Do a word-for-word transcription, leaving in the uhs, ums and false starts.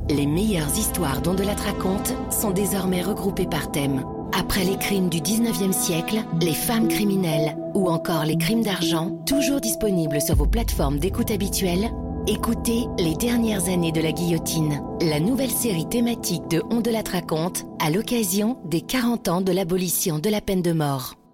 Les meilleures histoires dont de la raconte sont désormais regroupées par thème. Après les crimes du dix-neuvième siècle, les femmes criminelles ou encore les crimes d'argent, toujours disponibles sur vos plateformes d'écoute habituelles, écoutez Les dernières années de la guillotine, la nouvelle série thématique de On de la raconte à l'occasion des quarante ans de l'abolition de la peine de mort.